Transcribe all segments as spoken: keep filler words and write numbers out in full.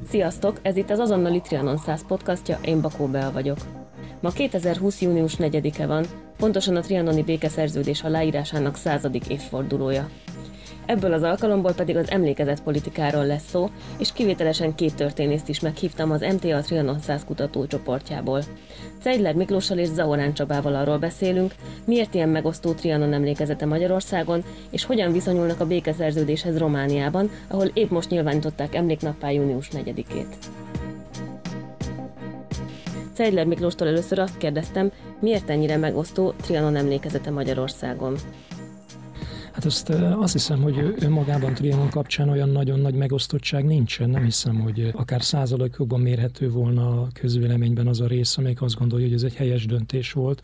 Sziasztok! Ez itt az Azonnali Trianon száz podcastja, én Bakó Bea vagyok. Ma kétezer-húsz. június negyedike van, pontosan a trianoni békeszerződés aláírásának századik évfordulója. Ebből az alkalomból pedig az emlékezetpolitikáról lesz szó, és kivételesen két történészt is meghívtam az em té á Trianon száz kutatócsoportjából. Ceidler Miklóssal és Zaorán Csabával arról beszélünk, miért ilyen megosztó Trianon emlékezete Magyarországon, és hogyan viszonyulnak a békeszerződéshez Romániában, ahol épp most nyilvánították emléknappá június negyedikét. Ceidler Miklóstól először azt kérdeztem, miért ennyire megosztó Trianon emlékezete Magyarországon. Hát azt, azt hiszem, hogy önmagában Trianon kapcsán olyan nagyon nagy megosztottság nincsen. Nem hiszem, hogy akár százalékokban mérhető volna a közvéleményben az a rész, amelyik azt gondolja, hogy ez egy helyes döntés volt.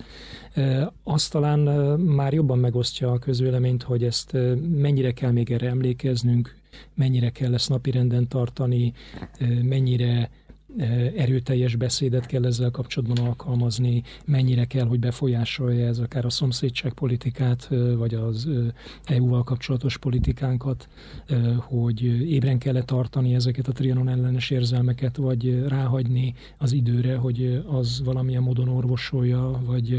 Azt talán már jobban megosztja a közvéleményt, hogy ezt mennyire kell még erre emlékeznünk, mennyire kell ezt napirenden tartani, mennyire erőteljes beszédet kell ezzel kapcsolatban alkalmazni, mennyire kell, hogy befolyásolja ez akár a szomszédságpolitikát, vagy az é u-val kapcsolatos politikánkat, hogy ébren kell tartani ezeket a Trianon ellenes érzelmeket, vagy ráhagyni az időre, hogy az valamilyen módon orvosolja, vagy,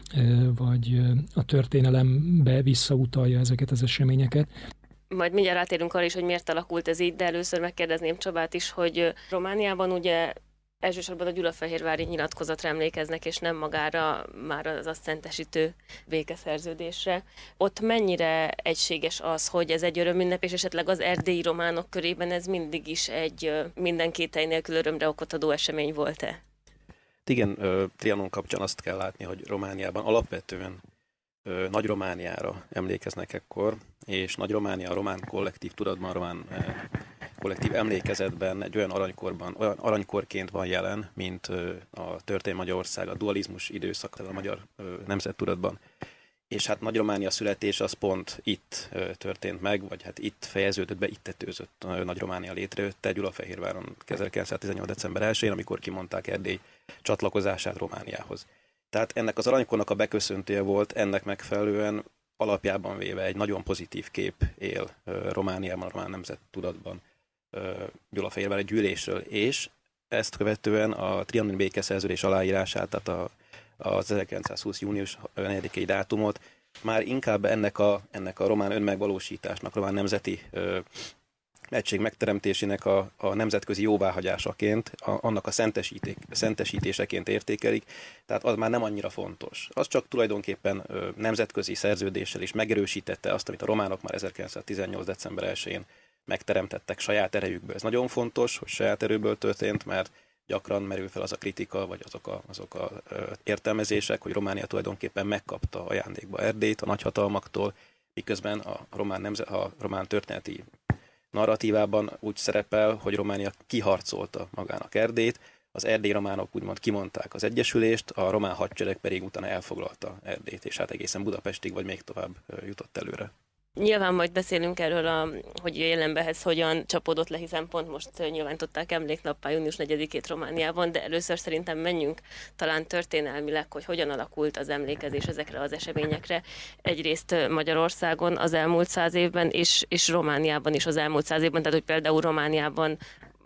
vagy a történelembe visszautalja ezeket az eseményeket. Majd mindjárt rátérünk arra is, hogy miért alakult ez így, de először megkérdezném Csabát is, hogy Romániában ugye elsősorban a gyulafehérvári nyilatkozatra emlékeznek, és nem magára már az azt szentesítő békeszerződésre. Ott mennyire egységes az, hogy ez egy örömünnep, és esetleg az erdélyi románok körében ez mindig is egy minden kételj nélkül örömre okot adó esemény volt-e? Igen, Trianon kapcsán azt kell látni, hogy Romániában alapvetően Nagy Romániára emlékeznek ekkor, és Nagy Románia a román kollektív tudatban, román eh, kollektív emlékezetben egy olyan aranykorban, olyan aranykorként van jelen, mint eh, a történelmi Magyarország, a dualizmus időszak, a magyar eh, nemzettudatban. És hát Nagy Románia születése az pont itt eh, történt meg, vagy hát itt fejeződött be, itt tetőzött eh, Nagy Románia létrejötte Gyulafehérváron ezerkilencszáztizennyolc. december elsején, amikor kimondták Erdély csatlakozását Romániához. Tehát ennek az aranykornak a beköszöntője volt, ennek megfelelően alapjában véve egy nagyon pozitív kép él uh, Romániában, a román nemzettudatban uh, Gyulafehérvár egy gyűlésről, és ezt követően a trianoni békeszerződés aláírását, tehát a, az ezerkilencszázhúsz. június negyedikei dátumot már inkább ennek a, ennek a román önmegvalósításnak, román nemzeti uh, egység megteremtésének a, a nemzetközi jóváhagyásaként, a, annak a szentesítéseként értékelik, tehát az már nem annyira fontos. Az csak tulajdonképpen ö, nemzetközi szerződéssel is megerősítette azt, amit a románok már ezerkilencszáztizennyolc. december elsején megteremtettek saját erejükből. Ez nagyon fontos, hogy saját erőből történt, mert gyakran merül fel az a kritika, vagy azok a, azok a ö, értelmezések, hogy Románia tulajdonképpen megkapta ajándékba Erdélyt a nagyhatalmaktól, miközben a román, nemzet, a román történeti narratívában úgy szerepel, hogy Románia kiharcolta magának Erdélyt, az erdélyi románok úgymond kimondták az egyesülést, a román hadsereg pedig utána elfoglalta Erdélyt, és hát egészen Budapestig vagy még tovább jutott előre. Nyilván majd beszélünk erről, a, hogy jelenben ez hogyan csapódott le, hiszen pont most nyilvánították emléknappá június negyedikét Romániában, de először szerintem menjünk talán történelmileg, hogy hogyan alakult az emlékezés ezekre az eseményekre. Egyrészt Magyarországon az elmúlt száz évben, és, és Romániában is az elmúlt száz évben, tehát hogy például Romániában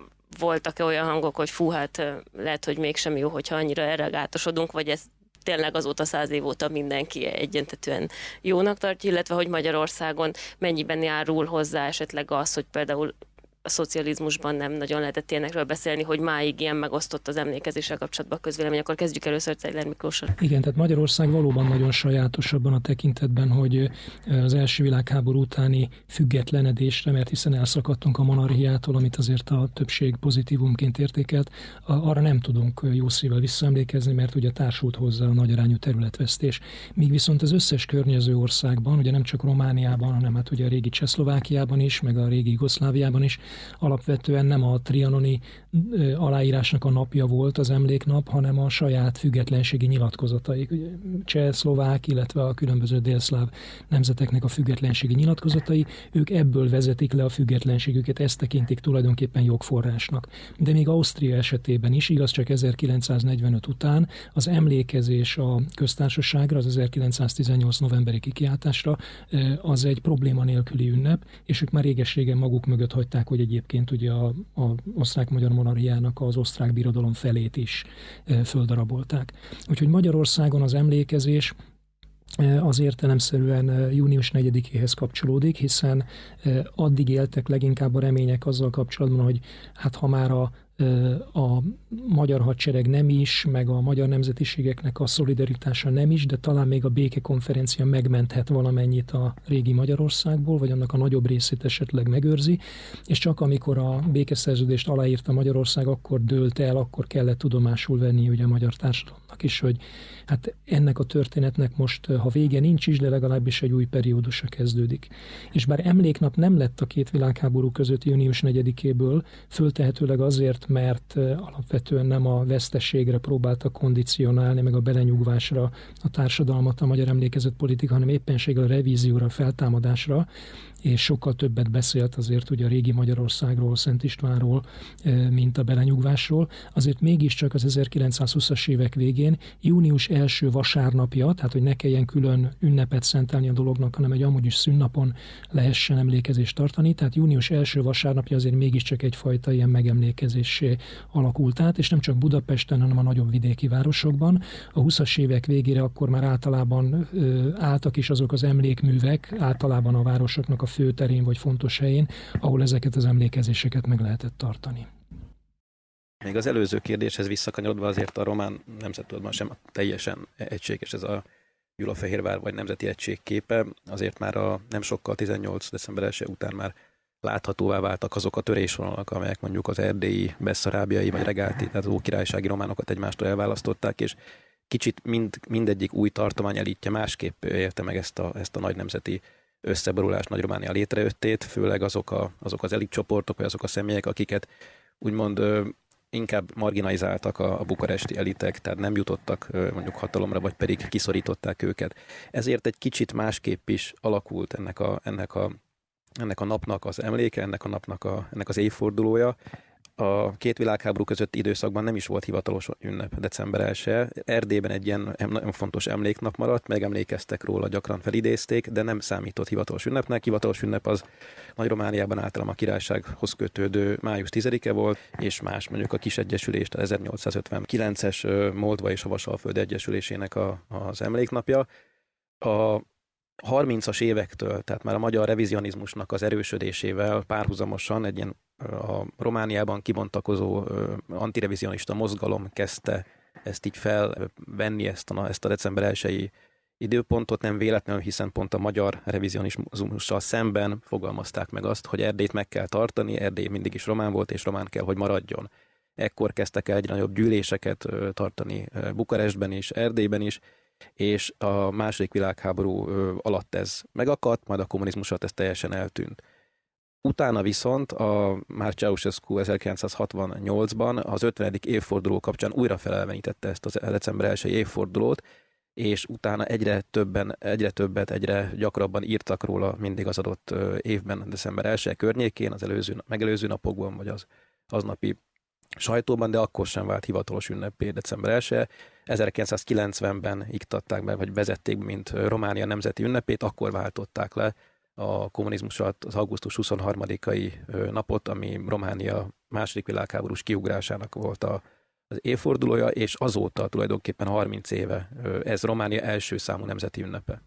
voltak olyan hangok, hogy fú, hát lehet, hogy mégsem jó, hogyha annyira erre gátosodunk, vagy ez tényleg azóta száz év óta mindenki egyentetően jónak tartja, illetve hogy Magyarországon mennyiben járul hozzá esetleg az, hogy például a szocializmusban nem nagyon lehetett ilyenekről beszélni, hogy máig ilyen megosztott az emlékezéssel kapcsolatban a közvélemény. Akkor kezdjük először Ceidler Miklóssal. Igen, tehát Magyarország valóban nagyon sajátos abban a tekintetben, hogy az első világháború utáni függetlenedésre, mert hiszen elszakadtunk a monarchiától, amit azért a többség pozitívumként értékelt, arra nem tudunk jó szívvel visszaemlékezni, mert ugye társult hozzá a nagyarányú területvesztés. Míg viszont az összes környező országban, ugye nem csak Romániában, hanem hát ugye a régi Csehszlovákiában is, meg a régi Jugoszláviában is, alapvetően nem a trianoni aláírásnak a napja volt az emléknap, hanem a saját függetlenségi nyilatkozataik. Cseh, szlovák, illetve a különböző délszláv nemzeteknek a függetlenségi nyilatkozatai, ők ebből vezetik le a függetlenségüket, ezt tekintik tulajdonképpen jogforrásnak. De még Ausztria esetében is, igaz csak ezerkilencszáznegyvenöt után az emlékezés a köztársaságra, az ezerkilencszáztizennyolc novemberi kikiáltásra, az egy probléma nélküli ünnep, és ők már réges-régen maguk mögött hagyták, hogy ahogy egyébként ugye a, a osztrák-magyar monarchiának az osztrák birodalom felét is földarabolták. Úgyhogy Magyarországon az emlékezés az értelemszerűen június negyedikéhez kapcsolódik, hiszen addig éltek leginkább a remények azzal kapcsolatban, hogy hát ha már a a magyar hadsereg nem is, meg a magyar nemzetiségeknek a szolidaritása nem is, de talán még a békekonferencia megmenthet valamennyit a régi Magyarországból, vagy annak a nagyobb részét esetleg megőrzi, és csak amikor a békeszerződést aláírta Magyarország, akkor dőlt el, akkor kellett tudomásul venni ugye a magyar társadalomnak is, hogy hát ennek a történetnek most, ha vége nincs is, de legalábbis egy új periódusa kezdődik. És bár emléknap nem lett a két világháború között június negyedikéből, föltehetőleg azért, mert alapvetően nem a veszteségre próbálta kondicionálni, meg a belenyugvásra a társadalmat a magyar emlékezett politika, hanem éppenséggel a revízióra, feltámadásra, és sokkal többet beszélt azért ugye a régi Magyarországról, Szent Istvánról, mint a belenyugvásról. Azért mégiscsak az ezerkilencszázhúszas évek végén, június első vasárnapja, tehát hogy ne kelljen külön ünnepet szentelni a dolognak, hanem egy amúgy is szünnapon lehessen emlékezést tartani, tehát június első vasárnapja azért mégiscsak egyfajta ilyen megemlékezésé alakult át, és nem csak Budapesten, hanem a nagyobb vidéki városokban. A húszas évek végére akkor már általában ö, álltak is azok az emlékművek, általában a városoknak a főterén vagy fontos helyén, ahol ezeket az emlékezéseket meg lehetett tartani. Még az előző kérdéshez visszakanyarodva azért a román nemzettudatban sem teljesen egységes ez a Gyulafehérvár vagy nemzeti egység képe, azért már a nem sokkal tizennyolc december elsője után már láthatóvá váltak azok a törésvonalak, amelyek mondjuk az erdélyi, beszarábiai vagy regáti, tehát az ókirálysági románokat egymástól elválasztották, és kicsit mind, mindegyik új tartomány elitje másképp élte meg ezt a, ezt a nagy nemzeti összeborulást, Nagy Románia létrejöttét, főleg azok, a, azok az elitcsoportok, vagy azok a személyek, akiket úgymond ö, inkább marginalizáltak a, a bukaresti elitek, tehát nem jutottak ö, mondjuk hatalomra, vagy pedig kiszorították őket. Ezért egy kicsit másképp is alakult ennek a, ennek a, ennek a napnak az emléke, ennek a napnak a, ennek az évfordulója. A két világháború közötti időszakban nem is volt hivatalos ünnep december elsője. Erdélyben egy ilyen nagyon fontos emléknap maradt, megemlékeztek róla, gyakran felidézték, de nem számított hivatalos ünnepnek. Hivatalos ünnep az Nagy-Romániában általában a királysághoz kötődő május tizedike volt, és más mondjuk a kis egyesülést, az ezernyolcszázötvenkilences Moldva és a Vasalföld egyesülésének a, az emléknapja. A harmincas évektől, tehát már a magyar revizionizmusnak az erősödésével párhuzamosan egy ilyen a Romániában kibontakozó antirevizionista mozgalom kezdte ezt így felvenni, ezt a, ezt a december elsői időpontot, nem véletlenül, hiszen pont a magyar revizionizmussal szemben fogalmazták meg azt, hogy Erdélyt meg kell tartani, Erdély mindig is román volt, és román kell, hogy maradjon. Ekkor kezdtek el egyre nagyobb gyűléseket tartani Bukarestben is, Erdélyben is, és a második világháború alatt ez megakadt, majd a kommunizmus alatt ez teljesen eltűnt. Utána viszont a már Ceausescu ezerkilencszázhatvannyolcban az ötvenedik évforduló kapcsán újra felelvenítette ezt a december elsői évfordulót, és utána egyre többen, egyre többet, egyre gyakrabban írtak róla mindig az adott évben, december elsője környékén, az előző, megelőző napokban, vagy az aznapi sajtóban, de akkor sem vált hivatalos ünnepé december elsője. ezerkilencszázkilencvenben iktatták be, vagy vezették, mint Románia nemzeti ünnepét, akkor váltották le a kommunizmus alatt az augusztus huszonharmadikai napot, ami Románia második világháborús kiugrásának volt a, az évfordulója, és azóta tulajdonképpen harminc éve ez Románia első számú nemzeti ünnepe.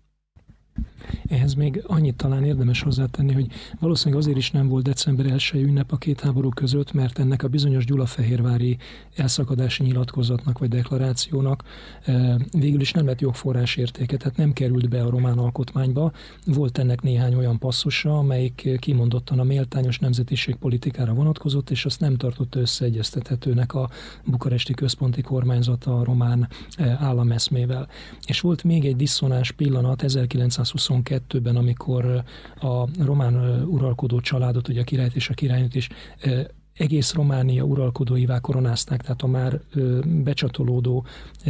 Ehhez még annyit talán érdemes hozzátenni, hogy valószínűleg azért is nem volt december elsői ünnep a két háború között, mert ennek a bizonyos gyulafehérvári elszakadási nyilatkozatnak vagy deklarációnak végül is nem lett jogforrás értéke, tehát nem került be a román alkotmányba. Volt ennek néhány olyan passzusa, amelyik kimondottan a méltányos nemzetiség politikára vonatkozott, és azt nem tartotta összeegyeztethetőnek a bukaresti központi kormányzata a román állameszmével. És volt még egy diszonás pillanat ezerkilencszázhuszonkettőben, amikor a román uralkodó családot, ugye a királyt és a királynőt is egész Románia uralkodóivá koronázták, tehát a már becsatolódó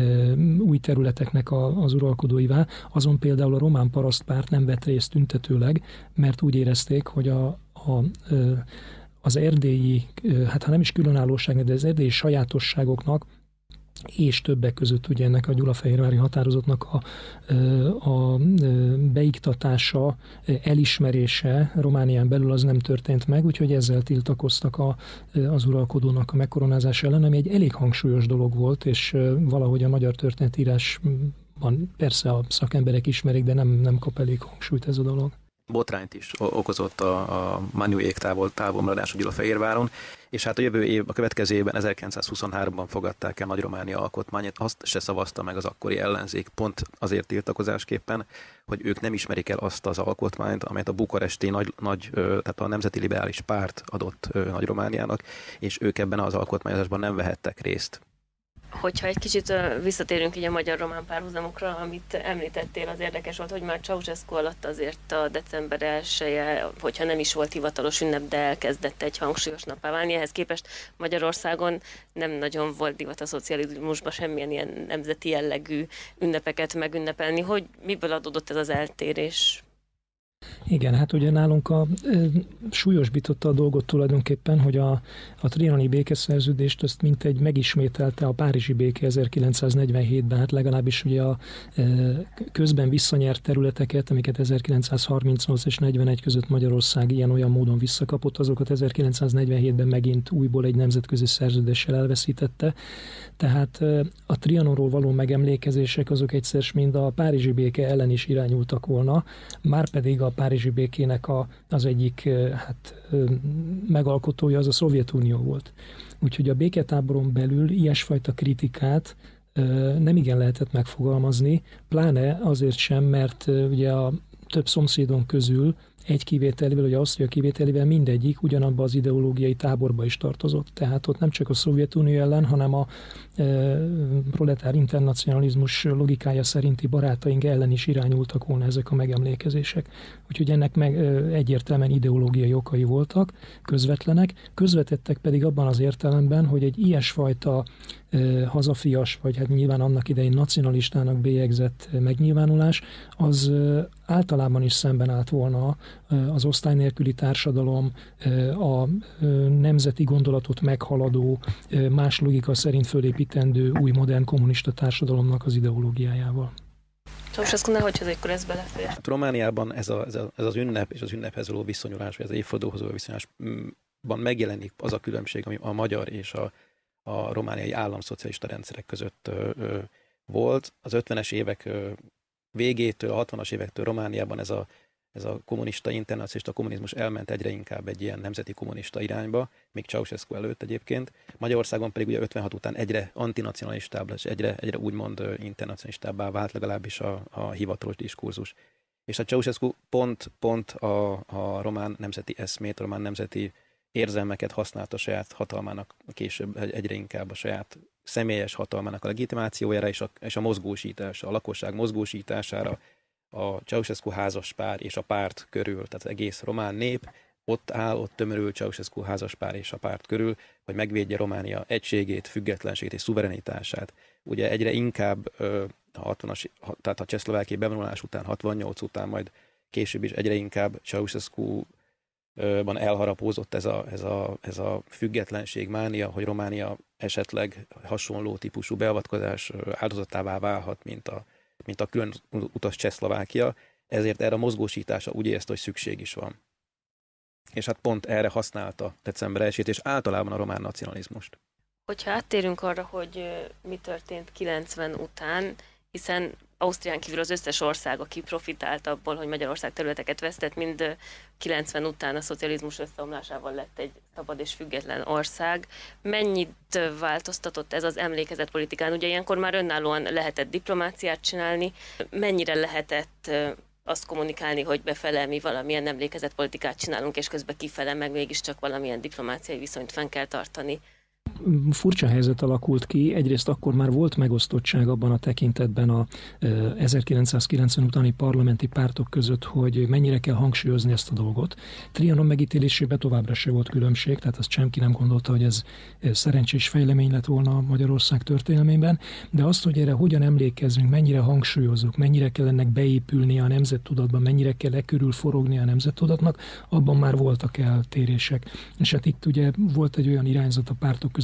új területeknek az uralkodóivá. Azon például a román parasztpárt nem vett részt tüntetőleg, mert úgy érezték, hogy a, a az erdélyi, hát ha nem is különállóságnak, de az erdélyi sajátosságoknak és többek között ugye ennek a gyulafehérvári határozatnak a, a beiktatása, elismerése Románián belül az nem történt meg, úgyhogy ezzel tiltakoztak a, az uralkodónak a megkoronázása ellen, ami egy elég hangsúlyos dolog volt, és valahogy a magyar történetírásban persze a szakemberek ismerik, de nem, nem kap elég hangsúlyt ez a dolog. Botrányt is okozott a, a Manyujék távol, távolmaradás a Gyulafehérváron, és hát a jövő év, a következő évben ezerkilencszázhuszonháromban fogadták el Nagy-Románia alkotmányát, azt se szavazta meg az akkori ellenzék, pont azért tiltakozásképpen, hogy ők nem ismerik el azt az alkotmányt, amelyet a bukaresti nagy, nagy tehát a Nemzeti Liberális Párt adott Nagy-Romániának, és ők ebben az alkotmányozásban nem vehettek részt. Hogyha egy kicsit visszatérünk így a magyar-román párhuzamokra, amit említettél, az érdekes volt, hogy már Ceausescu alatt azért a december elseje, hogyha nem is volt hivatalos ünnep, de elkezdett egy hangsúlyos nappá válni. Ehhez képest Magyarországon nem nagyon volt divat a szocializmusban semmilyen ilyen nemzeti jellegű ünnepeket megünnepelni. Hogy miből adódott ez az eltérés? Igen, hát ugye nálunk a, e, súlyosbította a dolgot tulajdonképpen, hogy a, a trianoni békeszerződést azt mintegy megismételte a párizsi béke ezerkilencszáznegyvenhétben, hát legalábbis ugye a e, közben visszanyert területeket, amiket ezerkilencszázharmincnyolc és negyvenegy között Magyarország ilyen-olyan módon visszakapott, azokat ezerkilencszáznegyvenhétben megint újból egy nemzetközi szerződéssel elveszítette. Tehát e, a Trianonról való megemlékezések azok egyszer mind a párizsi béke ellen is irányultak volna, márpedig a párizsi békének a, az egyik hát, megalkotója az a Szovjetunió volt. Úgyhogy a béketáboron belül ilyesfajta kritikát nem igen lehetett megfogalmazni, pláne azért sem, mert ugye a több szomszédon közül egy kivételével, vagy Ausztria kivételével mindegyik ugyanabba az ideológiai táborba is tartozott. Tehát ott nem csak a Szovjetunió ellen, hanem a e, proletár internacionalizmus logikája szerinti barátaink ellen is irányultak volna ezek a megemlékezések. Úgyhogy ennek meg e, egyértelműen ideológiai okai voltak, közvetlenek, közvetettek pedig abban az értelemben, hogy egy ilyesfajta e, hazafias, vagy hát nyilván annak idején nacionalistának bélyegzett megnyilvánulás, az e, általában is szemben állt volna az osztály nélküli társadalom, a nemzeti gondolatot meghaladó, más logika szerint fölépítendő új modern kommunista társadalomnak az ideológiájával. Ceausescu hogy akkor ez belefér? Hát Romániában ez, a, ez, a, ez az ünnep és az ünnephez való viszonyulás, vagy az évfordulóhoz való viszonyulásban megjelenik az a különbség, ami a magyar és a, a romániai államszocialista rendszerek között ö, ö, volt. Az ötvenes évek ö, végétől, a hatvanas évektől Romániában ez a ez a kommunista internacionalista kommunizmus elment egyre inkább egy ilyen nemzeti kommunista irányba, még Ceausescu előtt egyébként. Magyarországon pedig ugye ötvenhat után egyre antinacionalistább, és egyre, egyre úgymond internacionalistábbá vált legalábbis a, a hivatalos diskurzus. És a Ceausescu pont, pont a, a román nemzeti eszmét, a román nemzeti érzelmeket használta a saját hatalmának, később egyre inkább a saját személyes hatalmának a legitimációjára és a, és a mozgósítása, a lakosság mozgósítására, a Ceausescu házaspár és a párt körül, tehát az egész román nép ott áll, ott tömörül Ceausescu házaspár és a párt körül, hogy megvédje Románia egységét, függetlenségét és szuverenitását. Ugye egyre inkább a hatvanas, tehát a csehszlovákiai bevonulás után, hatvannyolc után, majd később is egyre inkább Ceausescu-ban elharapózott ez a, ez, a, ez a függetlenség mánia, hogy Románia esetleg hasonló típusú beavatkozás áldozatává válhat, mint a mint a külön utas Csehszlovákia, ezért erre a mozgósítása úgy érezte, hogy szükség is van. És hát pont erre használta december elsejét, és általában a román nacionalizmust. Hogyha áttérünk arra, hogy mi történt kilencven után, hiszen Ausztrián kívül az összes ország, aki profitált abból, hogy Magyarország területeket vesztett, mind kilencven után a szocializmus összeomlásával lett egy szabad és független ország. Mennyit változtatott ez az emlékezetpolitikán? Ugye ilyenkor már önállóan lehetett diplomáciát csinálni. Mennyire lehetett azt kommunikálni, hogy befele mi valamilyen emlékezetpolitikát csinálunk, és közben kifele meg mégiscsak valamilyen diplomáciai viszonyt fenn kell tartani? Furcsa helyzet alakult ki. Egyrészt akkor már volt megosztottság abban a tekintetben a ezerkilencszázkilencven utáni parlamenti pártok között, hogy mennyire kell hangsúlyozni ezt a dolgot. Trianon megítélésében továbbra se volt különbség, tehát azt senki nem gondolta, hogy ez szerencsés fejlemény lett volna Magyarország történelmében, de azt, hogy erre hogyan emlékezzünk, mennyire hangsúlyozzuk, mennyire kell ennek beépülni a nemzettudatban, mennyire kell e körül forogni a nemzettudatnak, abban már voltak eltérések. És hát itt ugye volt egy olyan irányzat a pártok között,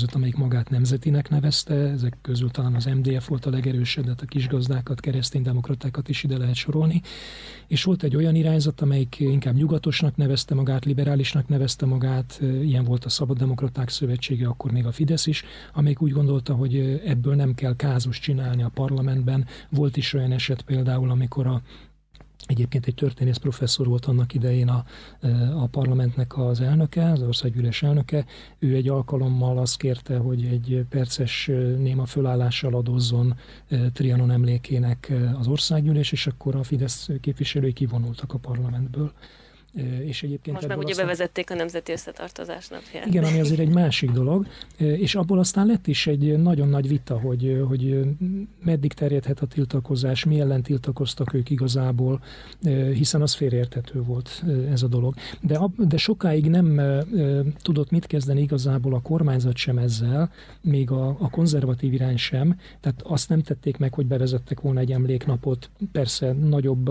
irányzat, amelyik magát nemzetinek nevezte, ezek közül talán az em dé ef volt a legerősebb, de a kisgazdákat, kereszténydemokratákat is ide lehet sorolni, és volt egy olyan irányzat, amelyik inkább nyugatosnak nevezte magát, liberálisnak nevezte magát, ilyen volt a Szabaddemokraták Szövetsége, akkor még a Fidesz is, amelyik úgy gondolta, hogy ebből nem kell kázus csinálni a parlamentben. Volt is olyan eset például, amikor a Egyébként egy történész professzor volt annak idején a, a parlamentnek az elnöke, az országgyűlés elnöke. Ő egy alkalommal azt kérte, hogy egy perces néma fölállással adózzon Trianon emlékének az országgyűlés, és akkor a Fidesz képviselői kivonultak a parlamentből. És egyébként most meg ugye aztán bevezették a Nemzeti Összetartozás napját. Igen, ami azért egy másik dolog, és abból aztán lett is egy nagyon nagy vita, hogy, hogy meddig terjedhet a tiltakozás, mi ellen tiltakoztak ők igazából, hiszen az félreérthető volt ez a dolog. De, de sokáig nem tudott mit kezdeni igazából a kormányzat sem ezzel, még a, a konzervatív irány sem, tehát azt nem tették meg, hogy bevezettek volna egy emléknapot, persze nagyobb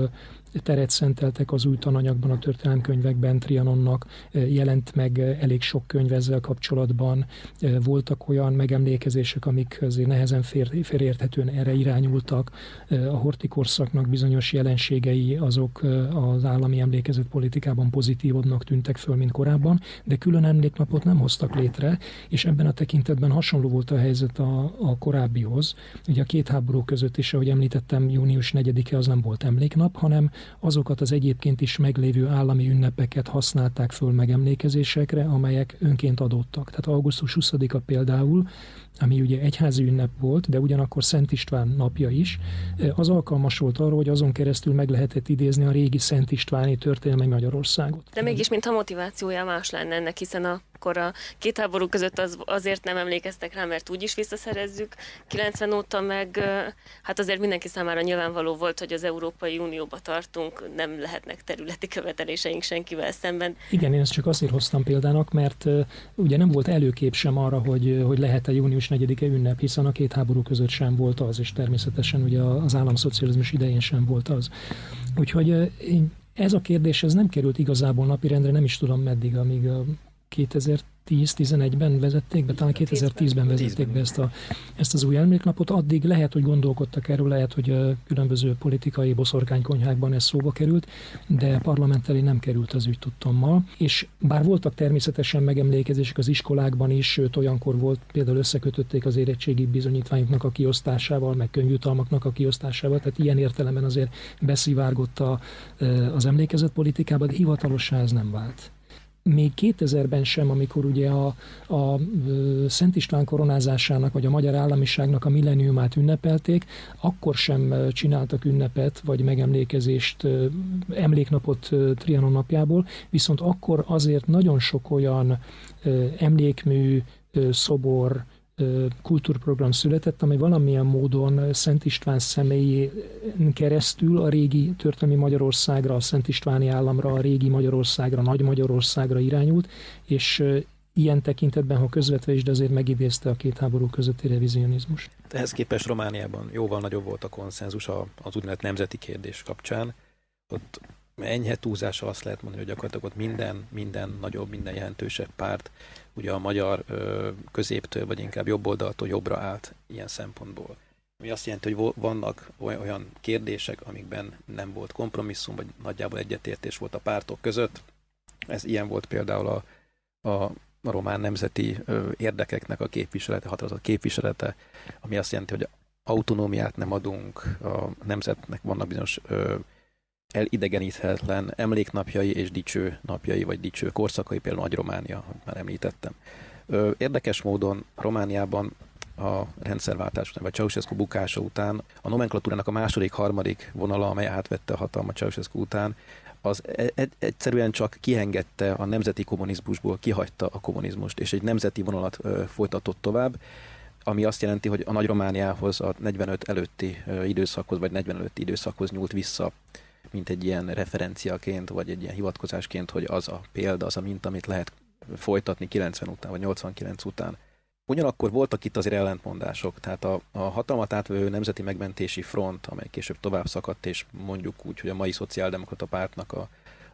teret szenteltek az új tananyagban, a történelemkönyvekben Trianonnak, jelent meg elég sok könyv ezzel kapcsolatban. Voltak olyan megemlékezések, amik azért nehezen fér, félreérthetően erre irányultak. A horthy-korszaknak bizonyos jelenségei azok az állami emlékezet politikában pozitívabbnak tűntek föl, mint korábban, de külön emléknapot nem hoztak létre, és ebben a tekintetben hasonló volt a helyzet a, a korábbihoz. Ugye a két háború között is, ahogy említettem, június negyedike az nem volt emléknap, hanem azokat az egyébként is meglévő állami ünnepeket használták föl megemlékezésekre, amelyek önként adódtak. Tehát augusztus huszadika például, ami ugye egyházi ünnep volt, de ugyanakkor Szent István napja is, az alkalmas volt arra, hogy azon keresztül meg lehetett idézni a régi Szent Istváni történelmi Magyarországot. De mégis, mintha motivációja más lenne ennek, hiszen akkor a két háború között az, azért nem emlékeztek rá, mert úgyis visszaszerezzük. kilencven óta meg, hát azért mindenki számára nyilvánvaló volt, hogy az Európai Unióba tartunk, nem lehetnek területi követeléseink senkivel szemben. Igen, én ezt csak azért hoztam példának, mert uh, ugye nem volt előkép sem arra, hogy, hogy lehet-e június negyedike ünnep, hiszen a két háború között sem volt az, és természetesen ugye az államszocializmus idején sem volt az. Úgyhogy uh, ez a kérdés ez nem került igazából napirendre, nem is tudom meddig, amíg a kétezer-tíz-tizenegyben vezették be, talán kétezer-tízben vezették be ezt, a, ezt az új emléknapot. Addig lehet, hogy gondolkodtak erről, lehet, hogy a különböző politikai boszorkánykonyhákban ez szóba került, de parlament elé nem került az ügy tudtommal. És bár voltak természetesen megemlékezések az iskolákban is, sőt olyankor volt, például összekötötték az érettségi bizonyítványoknak a kiosztásával, meg könyvjutalmaknak a kiosztásával, tehát ilyen értelemben azért beszivárgott a, az emlékezet politikába, de hivatalossá ez nem vált. Még kétezerben sem, amikor ugye a, a Szent István koronázásának, vagy a magyar államiságnak a milleniumát ünnepelték, akkor sem csináltak ünnepet, vagy megemlékezést, emléknapot Trianon napjából, viszont akkor azért nagyon sok olyan emlékmű, szobor, kultúrprogram született, amely valamilyen módon Szent István személyén keresztül a régi történelmi Magyarországra, a Szent Istváni államra, a régi Magyarországra, Nagy Magyarországra irányult, és ilyen tekintetben, ha közvetve is, de azért megidézte a két háború közötti revizionizmus. Ehhez képest Romániában jóval nagyobb volt a konszenzus az úgynevezett nemzeti kérdés kapcsán. Ott enyhe túlzással azt lehet mondani, hogy gyakorlatilag ott minden, minden nagyobb, minden jelentősebb párt ugye a magyar ö, középtől, vagy inkább jobb oldaltól jobbra állt ilyen szempontból. Ami azt jelenti, hogy vannak olyan kérdések, amikben nem volt kompromisszum, vagy nagyjából egyetértés volt a pártok között. Ez ilyen volt például a, a, a román nemzeti ö, érdekeknek a képviselete, határozott képviselete, ami azt jelenti, hogy autonómiát nem adunk, a nemzetnek vannak bizonyos ö, elidegeníthetetlen emléknapjai és dicső napjai, vagy dicső korszakai, például Nagy-Románia, ahogy már említettem. Érdekes módon Romániában a rendszerváltás után, vagy Ceausescu bukása után a nomenklatúrának a második, harmadik vonala, amely átvette a hatalmat Ceausescu után, az egyszerűen csak kiengedte a nemzeti kommunizmusból, kihagyta a kommunizmust, és egy nemzeti vonalat folytatott tovább, ami azt jelenti, hogy a Nagy-Romániához, a negyvenöt előtti időszakhoz, vagy negyven előtti időszakhoz nyúlt vissza, mint egy ilyen referenciaként, vagy egy ilyen hivatkozásként, hogy az a példa, az a minta, amit lehet folytatni kilencven után, vagy nyolcvankilenc után. Ugyanakkor voltak itt azért ellentmondások, tehát a, a hatalmat átvevő Nemzeti Megmentési Front, amely később tovább szakadt, és mondjuk úgy, hogy a mai szociáldemokrata pártnak a,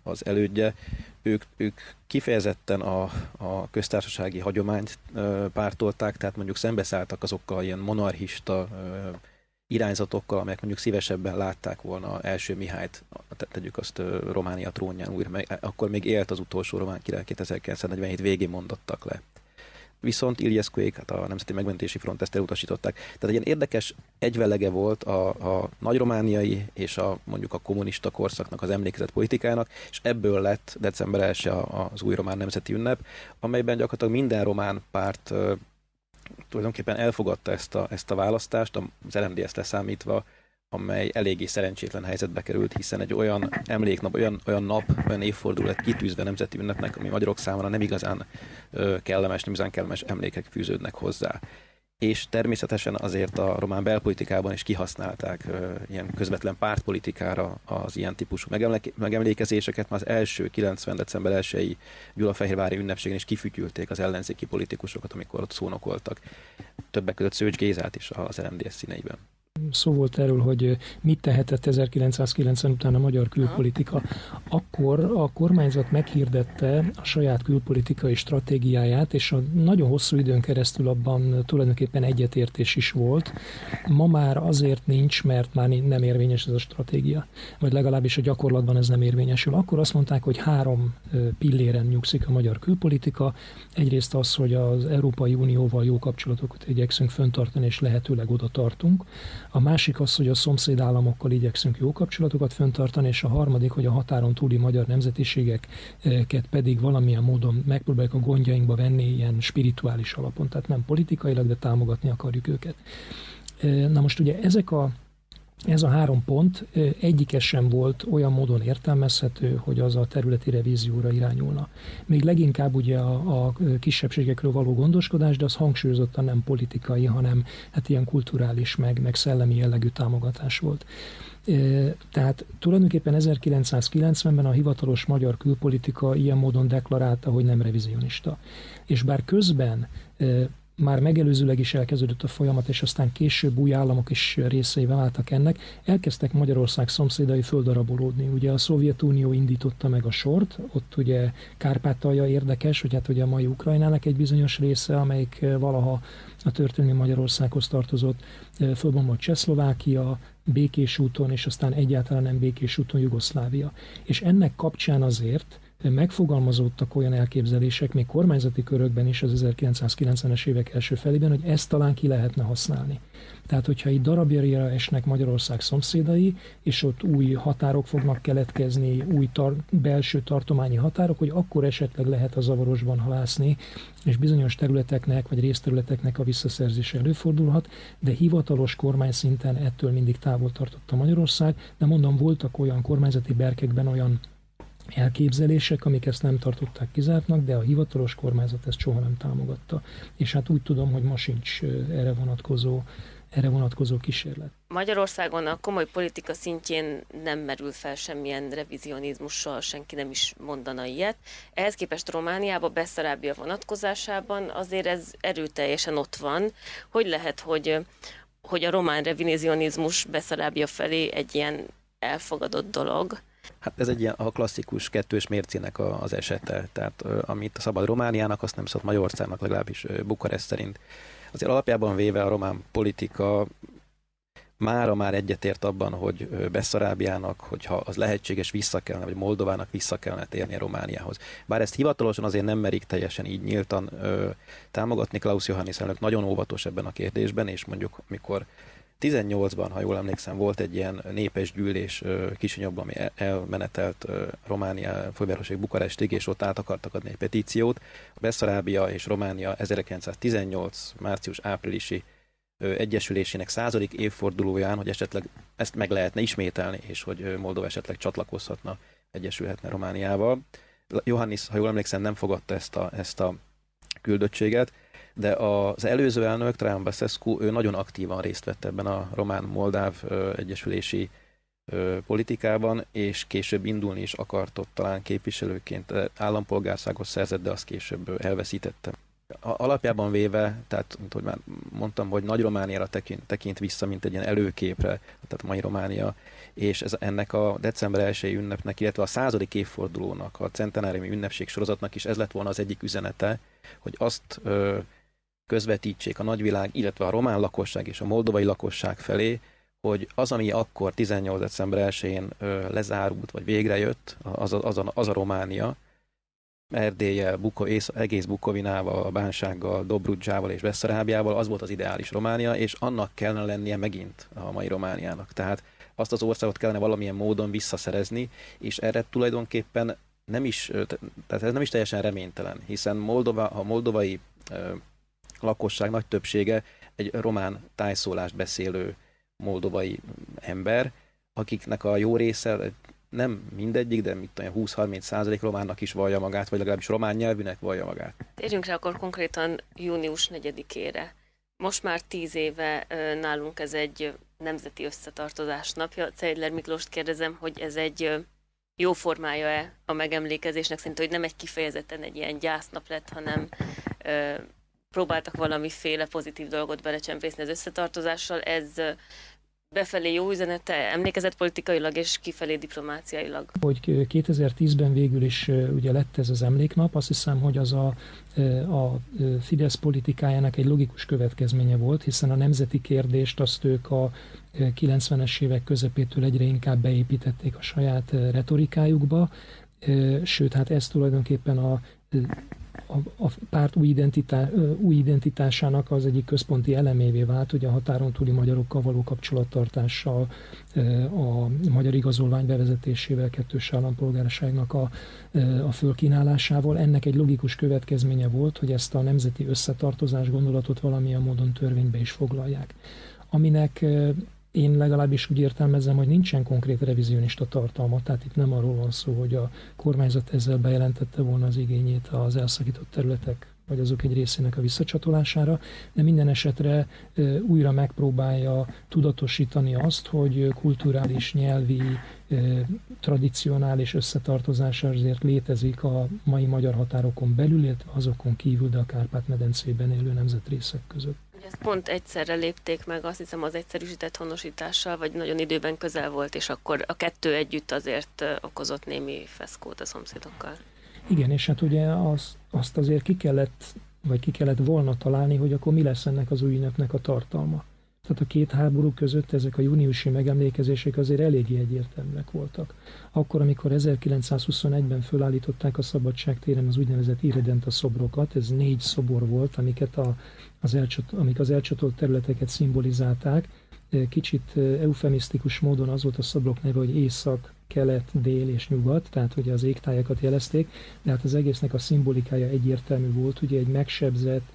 az elődje, ők, ők kifejezetten a, a köztársasági hagyományt pártolták, tehát mondjuk szembeszálltak azokkal ilyen monarchista irányzatokkal, amelyek mondjuk szívesebben látták volna első Mihályt, tegyük azt Románia trónján újra, meg akkor még élt az utolsó román király, ezerkilencszáznegyvenhét végén mondottak le. Viszont Iliescuék, hát a Nemzeti Megmentési Front ezt elutasították. Tehát egy ilyen érdekes egyvelege volt a, a nagyromániai és a, mondjuk a kommunista korszaknak az emlékezet politikájának, és ebből lett december elsején az új román nemzeti ünnep, amelyben gyakorlatilag minden román párt uh, tulajdonképpen elfogadta ezt a, ezt a választást, az el em dé es leszámítva, amely eléggé szerencsétlen helyzetbe került, hiszen egy olyan emléknap, olyan, olyan nap, olyan évforduló lett kitűzve nemzeti ünnepnek, ami magyarok számára nem igazán ö, kellemes, nem igazán kellemes emlékek fűződnek hozzá. És természetesen azért a román belpolitikában is kihasználták ö, ilyen közvetlen pártpolitikára az ilyen típusú megemléke- megemlékezéseket, már az első kilencven december elsejei Gyulafehérvári ünnepségen is kifütyülték az ellenzéki politikusokat, amikor ott szónokoltak. Többek között Szőcs Gézát is az el em dé es színeiben. Szó volt erről, hogy mit tehetett ezerkilencszázkilencven után a magyar külpolitika. Akkor a kormányzat meghirdette a saját külpolitikai stratégiáját, és a nagyon hosszú időn keresztül abban tulajdonképpen egyetértés is volt. Ma már azért nincs, mert már nem érvényes ez a stratégia, vagy legalábbis a gyakorlatban ez nem érvényesül. Akkor azt mondták, hogy három pilléren nyugszik a magyar külpolitika. Egyrészt az, hogy az Európai Unióval jó kapcsolatokat igyekszünk fenntartani, és lehetőleg oda tartunk. A másik az, hogy a szomszédállamokkal igyekszünk jó kapcsolatokat fenntartani, és a harmadik, hogy a határon túli magyar nemzetiségeket pedig valamilyen módon megpróbáljuk a gondjainkba venni ilyen spirituális alapon, tehát nem politikailag, de támogatni akarjuk őket. Na most ugye ezek a Ez a három pont egyike sem volt olyan módon értelmezhető, hogy az a területi revízióra irányulna. Még leginkább ugye a, a kisebbségekről való gondoskodás, de az hangsúlyozottan nem politikai, hanem hát ilyen kulturális, meg, meg szellemi jellegű támogatás volt. Tehát tulajdonképpen ezerkilencszázkilencvenben a hivatalos magyar külpolitika ilyen módon deklarálta, hogy nem revizionista. És bár közben már megelőzőleg is elkezdődött a folyamat, és aztán később új államok is részei váltak ennek, elkezdtek Magyarország szomszédai földarabolódni. Ugye a Szovjetunió indította meg a sort, ott ugye Kárpátalja érdekes, hogy hát ugye a mai Ukrajnának egy bizonyos része, amelyik valaha a történelmi Magyarországhoz tartozott, fölbomlott Csehszlovákia, békés úton, és aztán egyáltalán nem békés úton Jugoszlávia. És ennek kapcsán azért megfogalmazódtak olyan elképzelések, még kormányzati körökben is az ezerkilencszázkilencvenes évek első felében, hogy ezt talán ki lehetne használni. Tehát, hogyha itt darabjára esnek Magyarország szomszédai, és ott új határok fognak keletkezni, új tar- belső tartományi határok, hogy akkor esetleg lehet a zavarosban halászni, és bizonyos területeknek, vagy részterületeknek a visszaszerzése előfordulhat, de hivatalos kormányszinten ettől mindig távol tartotta Magyarország, de mondom, voltak olyan kormányzati berkekben olyan elképzelések, amik ezt nem tartották kizártnak, de a hivatalos kormányzat ezt soha nem támogatta. És hát úgy tudom, hogy ma sincs erre vonatkozó, erre vonatkozó kísérlet. Magyarországon a komoly politika szintjén nem merül fel semmilyen revizionizmussal, senki nem is mondana ilyet. Ehhez képest Romániában, Besszarábia vonatkozásában azért ez erőteljesen ott van. Hogy lehet, hogy, hogy a román revizionizmus Besszarábia felé egy ilyen elfogadott dolog? Hát ez egy ilyen a klasszikus kettős mércének az esete, tehát amit szabad Romániának, azt nem szabad Magyarországnak, legalábbis Bukarest szerint. Azért alapjában véve a román politika mára már egyetért abban, hogy Besszarábiának, hogyha az lehetséges, vissza kellene, vagy Moldovának vissza kellene térni a Romániához. Bár ezt hivatalosan azért nem merik teljesen így nyíltan ö, támogatni, Klaus Johannis elnök nagyon óvatos ebben a kérdésben, és mondjuk amikor tizennyolcban, ha jól emlékszem, volt egy ilyen népes gyűlés Kisinyobban, ami elmenetelt Románia fővárosi Bukarestig, és ott át akartak adni egy petíciót. A Besszarábia és Románia ezerkilencszáztizennyolc március-áprilisi egyesülésének századik évfordulóján, hogy esetleg ezt meg lehetne ismételni, és hogy Moldova esetleg csatlakozhatna, egyesülhetne Romániával. Johannis, ha jól emlékszem, nem fogadta ezt a, ezt a küldöttséget, de az előző elnök, Traian Băsescu, ő nagyon aktívan részt vett ebben a román-moldáv egyesülési politikában, és később indulni is akart ott talán képviselőként, állampolgárságot szerzett, de azt később elveszítette. Alapjában véve, tehát hogy már mondtam, hogy Nagy-Romániára tekint, tekint vissza, mint egy ilyen előképre, tehát mai Románia, és ez, ennek a december elsői ünnepnek, illetve a századik évfordulónak, a centenáriumi ünnepség sorozatnak is ez lett volna az egyik üzenete, hogy azt ö, közvetítsék a nagyvilág, illetve a román lakosság és a moldovai lakosság felé, hogy az, ami akkor tizennyolc december elsőjén ö, lezárult, vagy végrejött, az a, az a, az a Románia, Erdéllyel, Buko, ész, egész Bukovinával, Bánsággal, Dobrudzsával és Besszarábiával, az volt az ideális Románia, és annak kellene lennie megint a mai Romániának. Tehát azt az országot kellene valamilyen módon visszaszerezni, és erre tulajdonképpen nem is, tehát ez nem is teljesen reménytelen, hiszen Moldova, a moldovai ö, lakosság nagy többsége egy román tájszólást beszélő moldovai ember, akiknek a jó része, nem mindegyik, de mit tudom, húsz-harminc százalék románnak is vallja magát, vagy legalábbis román nyelvűnek vallja magát. Térjünk rá akkor konkrétan június negyedikére. Most már tíz éve nálunk ez egy nemzeti összetartozás napja. Ceidler Miklóst kérdezem, hogy ez egy jó formája-e a megemlékezésnek, szerintem, hogy nem egy kifejezetten egy ilyen gyásznap lett, hanem ö, próbáltak valamiféle pozitív dolgot belecsempészni az összetartozással. Ez befelé jó üzenete, emlékezetpolitikailag és kifelé diplomáciailag. Hogy kétezer-tízben végül is ugye lett ez az emléknap, azt hiszem, hogy az a, a Fidesz politikájának egy logikus következménye volt, hiszen a nemzeti kérdést azt ők a kilencvenes évek közepétől egyre inkább beépítették a saját retorikájukba, sőt, hát ez tulajdonképpen a A, a párt új, identitá, új identitásának az egyik központi elemévé vált, ugye a határon túli magyarokkal való kapcsolattartással, a magyar igazolvány bevezetésével, kettős állampolgárságnak a, a fölkínálásával. Ennek egy logikus következménye volt, hogy ezt a nemzeti összetartozás gondolatot valamilyen módon törvénybe is foglalják. Aminek én legalábbis úgy értelmezem, hogy nincsen konkrét revizionista tartalma, tehát itt nem arról van szó, hogy a kormányzat ezzel bejelentette volna az igényét az elszakított területek, vagy azok egy részének a visszacsatolására, de minden esetre újra megpróbálja tudatosítani azt, hogy kulturális, nyelvi, tradicionális összetartozás azért létezik a mai magyar határokon belül, illetve azokon kívül, de a Kárpát-medencében élő nemzetrészek között. Ezt pont egyszerre lépték meg, azt hiszem az egyszerűsített honosítással, vagy nagyon időben közel volt, és akkor a kettő együtt azért okozott némi feszkót a szomszédokkal. Igen, és hát ugye az, azt azért ki kellett, vagy ki kellett volna találni, hogy akkor mi lesz ennek az új ünnepnek a tartalma. Tehát a két háború között ezek a júniusi megemlékezések azért eléggé egyértelműek voltak. Akkor, amikor ezerkilencszázhuszonegyben fölállították a Szabadság téren az úgynevezett irredenta szobrokat, ez négy szobor volt, amiket a, az, elcsat, amik az elcsatolt területeket szimbolizálták. Kicsit eufemisztikus módon az volt a szobrok neve, hogy észak, kelet, dél és nyugat, tehát ugye az égtájakat jelezték, de hát az egésznek a szimbolikája egyértelmű volt, ugye egy megsebzett,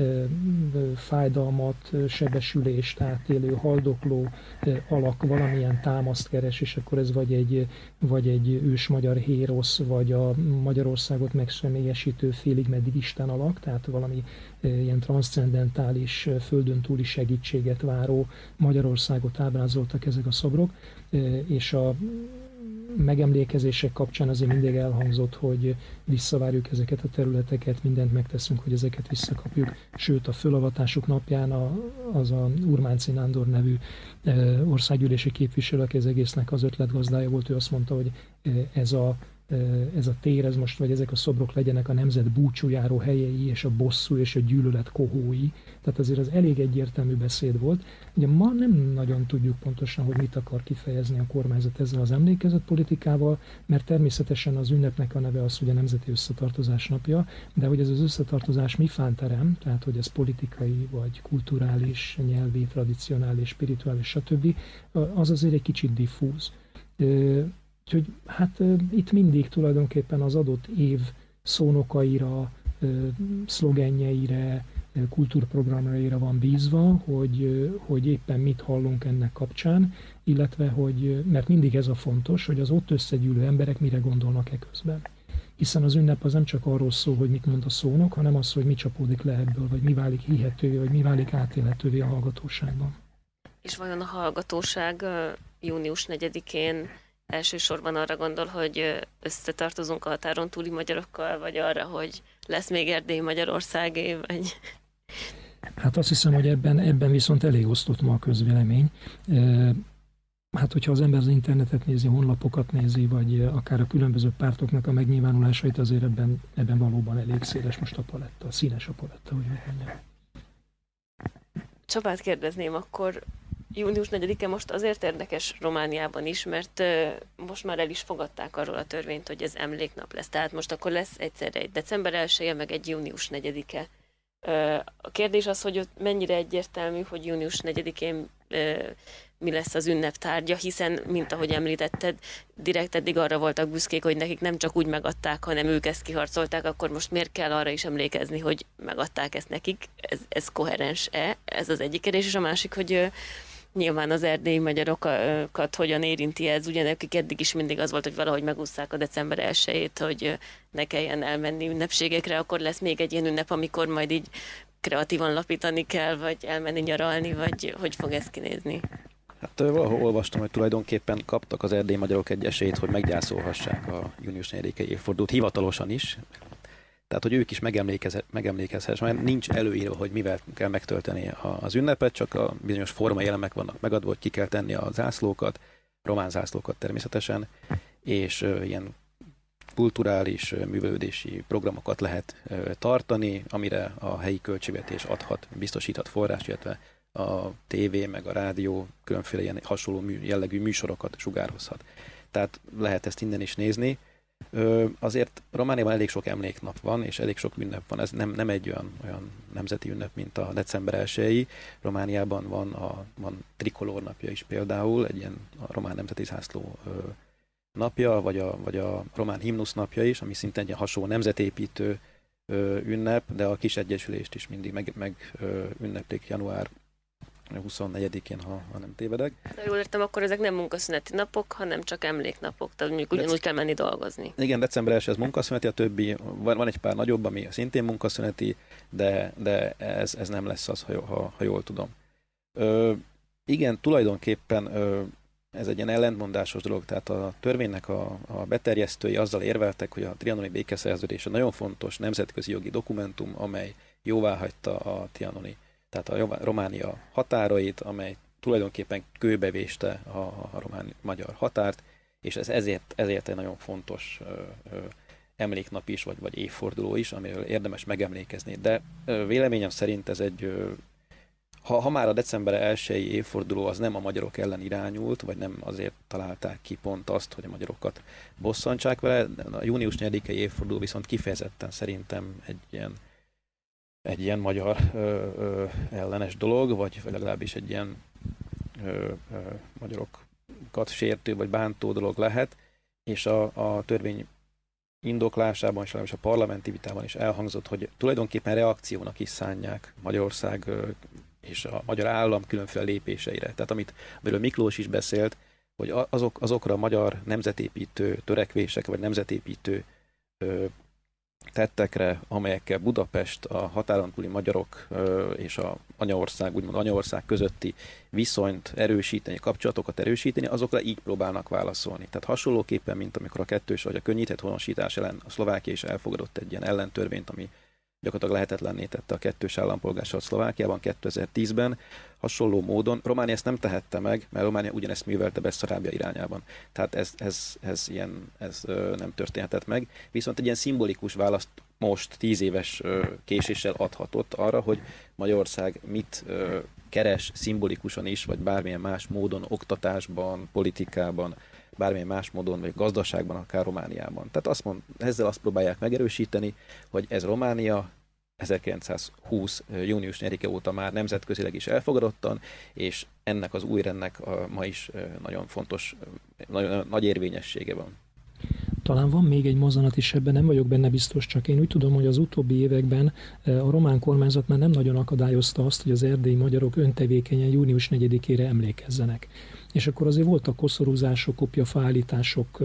fájdalmat, sebesülést átélő, haldokló alak valamilyen támaszt keres, és akkor ez vagy egy, vagy egy ős magyar hérosz, vagy a Magyarországot megszemélyesítő félig meddig Isten alak, tehát valami ilyen transzcendentális, földön túli segítséget váró Magyarországot ábrázoltak ezek a szobrok, és a megemlékezések kapcsán azért mindig elhangzott, hogy visszavárjuk ezeket a területeket, mindent megteszünk, hogy ezeket visszakapjuk. Sőt, a fölavatásuk napján a, az a Urmánci Nándor nevű országgyűlési képviselő, aki az egésznek az ötletgazdája volt, ő azt mondta, hogy ez a ez a tér, ez most, vagy ezek a szobrok legyenek a nemzet búcsújáró helyei, és a bosszú és a gyűlölet kohói. Tehát azért az elég egyértelmű beszéd volt. Ugye ma nem nagyon tudjuk pontosan, hogy mit akar kifejezni a kormányzat ezzel az emlékezetpolitikával, mert természetesen az ünnepnek a neve az, hogy a Nemzeti Összetartozás napja, de hogy ez az összetartozás mifán terem, tehát hogy ez politikai, vagy kulturális, nyelvi, tradicionális, spirituális, stb., az azért egy kicsit diffúz. Úgyhogy hát itt mindig tulajdonképpen az adott év szónokaira, szlogenjeire, kultúrprogramjaira van bízva, hogy, hogy éppen mit hallunk ennek kapcsán, illetve hogy, mert mindig ez a fontos, hogy az ott összegyűlő emberek mire gondolnak e közben. Hiszen az ünnep az nem csak arról szól, hogy mit mond a szónok, hanem az, hogy mi csapódik le ebből, vagy mi válik hihetővé, vagy mi válik átélhetővé a hallgatóságban. És vajon a hallgatóság június negyedikén elsősorban arra gondol, hogy összetartozunk a határon túli magyarokkal, vagy arra, hogy lesz még Erdély Magyarországé, vagy... Hát azt hiszem, hogy ebben, ebben viszont elég osztott ma a közvélemény. Hát, hogyha az ember az internetet nézi, honlapokat nézi, vagy akár a különböző pártoknak a megnyilvánulásait, azért ebben, ebben valóban elég széles most a paletta, színes a paletta, hogy mondjam. Csabát kérdezném, akkor június negyedike most azért érdekes Romániában is, mert most már el is fogadták arról a törvényt, hogy ez emléknap lesz. Tehát most akkor lesz egyszerre egy december elseje, meg egy június negyedike. A kérdés az, hogy ott mennyire egyértelmű, hogy június negyedikén mi lesz az ünnep tárgya, hiszen, mint ahogy említetted, direkt eddig arra voltak büszkék, hogy nekik nem csak úgy megadták, hanem ők ezt kiharcolták, akkor most miért kell arra is emlékezni, hogy megadták ezt nekik? Ez, ez koherens-e? Ez az egyik kérdés, és a másik, hogy nyilván az erdélyi magyarokat hogyan érinti ez, ugye nekik eddig is mindig az volt, hogy valahogy megúszszák a december elsejét, hogy ne kelljen elmenni ünnepségekre, akkor lesz még egy ilyen ünnep, amikor majd így kreatívan lapítani kell, vagy elmenni nyaralni, vagy hogy fog ez kinézni? Hát valahol olvastam, hogy tulajdonképpen kaptak az erdélyi magyarok egy esélyt, hogy meggyászolhassák a június negyedikei évfordulót hivatalosan is. Tehát, hogy ők is megemlékezhessenek, mert nincs előírva, hogy mivel kell megtölteni az ünnepet, csak a bizonyos formai elemek vannak megadva, hogy ki kell tenni a zászlókat, román zászlókat természetesen, és ilyen kulturális művelődési programokat lehet tartani, amire a helyi költségvetés adhat, biztosíthat forrás, illetve a tévé meg a rádió különféle ilyen hasonló mű, jellegű műsorokat sugározhat. Tehát lehet ezt innen is nézni. Ö, azért Romániában elég sok emléknap van, és elég sok ünnep van. Ez nem, nem egy olyan, olyan nemzeti ünnep, mint a december elsejei. Romániában van a van trikolór napja is például, egy ilyen a román nemzeti zászló ö, napja, vagy a, vagy a román himnusz napja is, ami szintén egy hasonló nemzetépítő ö, ünnep, de a kis egyesülést is mindig meg, meg ö, ünneplik január huszonnegyedikén, ha, ha nem tévedek. Ha jól értem, akkor ezek nem munkaszüneti napok, hanem csak emléknapok, tehát mondjuk ugyanúgy Dec- kell menni dolgozni. Igen, december első ez munkaszüneti, a többi, van, van egy pár nagyobb, ami szintén munkaszüneti, de, de ez, ez nem lesz az, ha, ha, ha jól tudom. Ö, igen, tulajdonképpen ö, ez egy ilyen ellentmondásos dolog, tehát a törvénynek a, a beterjesztői azzal érveltek, hogy a trianoni békeszerződés a nagyon fontos nemzetközi jogi dokumentum, amely jóváhagyta a trianoni, tehát a Románia határait, amely tulajdonképpen kőbevéste a, a román-magyar határt, és ez ezért, ezért egy nagyon fontos ö, ö, emléknap is, vagy, vagy évforduló is, amiről érdemes megemlékezni. De ö, véleményem szerint ez egy, ö, ha, ha már a december elsejei évforduló az nem a magyarok ellen irányult, vagy nem azért találták ki pont azt, hogy a magyarokat bosszantsák vele, a június negyedikei évforduló viszont kifejezetten szerintem egy ilyen egy ilyen magyar ö, ö, ellenes dolog, vagy legalábbis egy ilyen ö, ö, magyarokat sértő vagy bántó dolog lehet, és a, a törvény indoklásában, és legalábbis a parlamenti vitában is elhangzott, hogy tulajdonképpen reakciónak is szánják Magyarország ö, és a magyar állam különféle lépéseire. Tehát amit, amiről Miklós is beszélt, hogy azok, azokra a magyar nemzetépítő törekvések, vagy nemzetépítő ö, tettekre, amelyekkel Budapest a határon túli magyarok ö, és a anyaország, úgymond anyaország közötti viszonyt erősíteni, kapcsolatokat erősíteni, azokra így próbálnak válaszolni. Tehát hasonlóképpen, mint amikor a kettős vagy a könnyített honosítás ellen a Szlovákia is elfogadott egy ilyen ellentörvényt, ami gyakorlatilag lehetetlenné tette a kettős állampolgárságot Szlovákiában kétezer-tízben. Hasonló módon Románia ezt nem tehette meg, mert Románia ugyanezt művelte Besszarábia irányában. Tehát ez, ez, ez, ilyen, ez ö, nem történhetett meg. Viszont egy ilyen szimbolikus választ most tíz éves ö, késéssel adhatott arra, hogy Magyarország mit ö, keres szimbolikusan is, vagy bármilyen más módon, oktatásban, politikában, bármilyen más módon, vagy gazdaságban, akár Romániában. Tehát azt mond, ezzel azt próbálják megerősíteni, hogy ez Románia ezerkilencszázhúsz. június negyedike óta már nemzetközileg is elfogadottan, és ennek az új rendnek a, ma is nagyon fontos, nagyon nagy érvényessége van. Talán van még egy mozzanat is, ebben nem vagyok benne biztos, csak én úgy tudom, hogy az utóbbi években a román kormányzat már nem nagyon akadályozta azt, hogy az erdélyi magyarok öntevékenyen június negyedikére emlékezzenek. és akkor azért voltak koszorúzások, kopjafaállítások,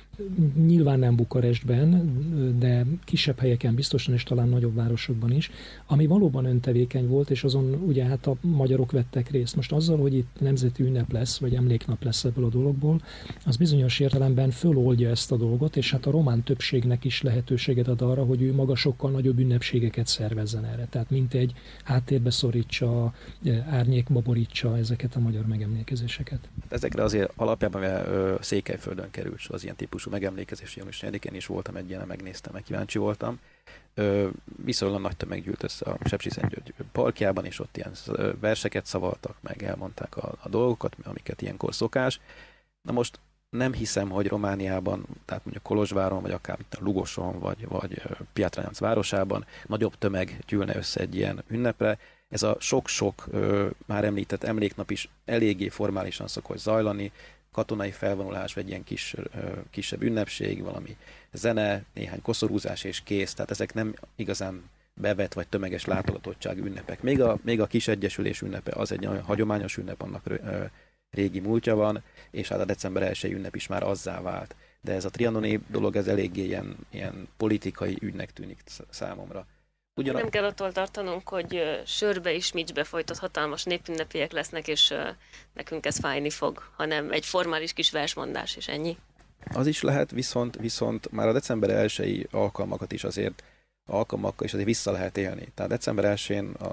nyilván nem Bukarestben, de kisebb helyeken biztosan, és talán nagyobb városokban is, ami valóban öntevékeny volt, és azon ugye hát a magyarok vettek részt. Most azzal, hogy itt nemzeti ünnep lesz, vagy emléknap lesz ebből a dologból, az bizonyos értelemben föloldja ezt a dolgot, és hát a román többségnek is lehetőséget ad arra, hogy ő maga sokkal nagyobb ünnepségeket szervezzen erre. Tehát mint egy háttérbe szorítsa, árnyékba borítsa ezeket a magyar megemlékezéseket. Ezekre azért alapjában ö, Székelyföldön került az ilyen típusú megemlékezés, június negyedikén is voltam egy ilyen, megnéztem, meg kíváncsi voltam. Ö, viszonylag nagy tömeg gyűlt össze a Sepsiszentgyörgy parkjában, és ott ilyen verseket szavaltak, meg elmondták a, a dolgokat, amiket ilyenkor szokás. Na most nem hiszem, hogy Romániában, tehát mondjuk Kolozsváron, vagy akár itt a Lugoson, vagy, vagy Piatra-Neamc városában nagyobb tömeg gyűlne össze egy ilyen ünnepre. Ez a sok-sok ö, már említett emléknap is eléggé formálisan szokott zajlani, katonai felvonulás, vagy ilyen kis, ö, kisebb ünnepség, valami zene, néhány koszorúzás és kész, tehát ezek nem igazán bevett vagy tömeges látogatottságú ünnepek. Még a, még a kis egyesülés ünnepe az egy olyan hagyományos ünnep, annak ö, régi múltja van, és hát a december elsői ünnep is már azzá vált. De ez a trianoni dolog, ez eléggé ilyen, ilyen politikai ügynek tűnik számomra. Ugyan... Nem kell attól tartanunk, hogy sörbe és micsbe folytott hatalmas népünnepiek lesznek, és nekünk ez fájni fog, hanem egy formális kis versmondás, és ennyi. Az is lehet, viszont, viszont már a december elsői alkalmakat is azért alkalmakkal is azért vissza lehet élni. Tehát december elsején a